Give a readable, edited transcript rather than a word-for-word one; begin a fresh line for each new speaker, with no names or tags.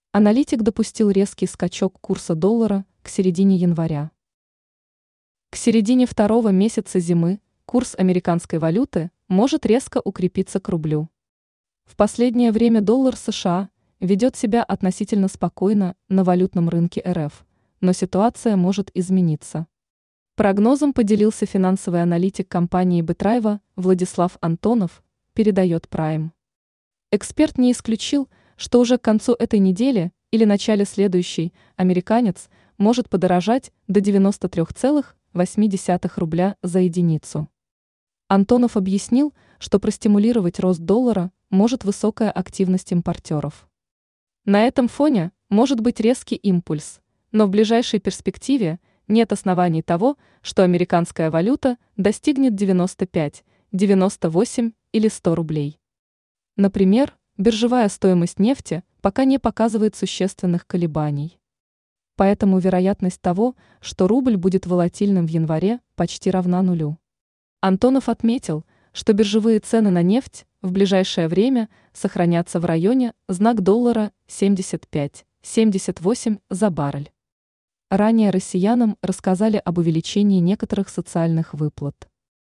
Аналитик допустил резкий скачок курса доллара к середине января. К середине второго месяца зимы курс американской валюты может резко укрепиться к рублю. В последнее время доллар США ведет себя относительно спокойно на валютном рынке РФ, но ситуация может измениться. Прогнозом поделился финансовый аналитик компании Бетрайва Владислав Антонов, передает Prime. Эксперт не исключил, что уже к концу этой недели или начале следующей американец может подорожать до 93,8 рубля за единицу. Антонов объяснил, что простимулировать рост доллара может высокая активность импортеров. На этом фоне может быть резкий импульс, но в ближайшей перспективе нет оснований того, что американская валюта достигнет 95, 98 или 100 рублей. Например, биржевая стоимость нефти пока не показывает существенных колебаний. Поэтому вероятность того, что рубль будет волатильным в январе, почти равна нулю. Антонов отметил, что биржевые цены на нефть в ближайшее время сохранятся в районе знак доллара 75-78 за баррель. Ранее россиянам рассказали об увеличении некоторых социальных выплат.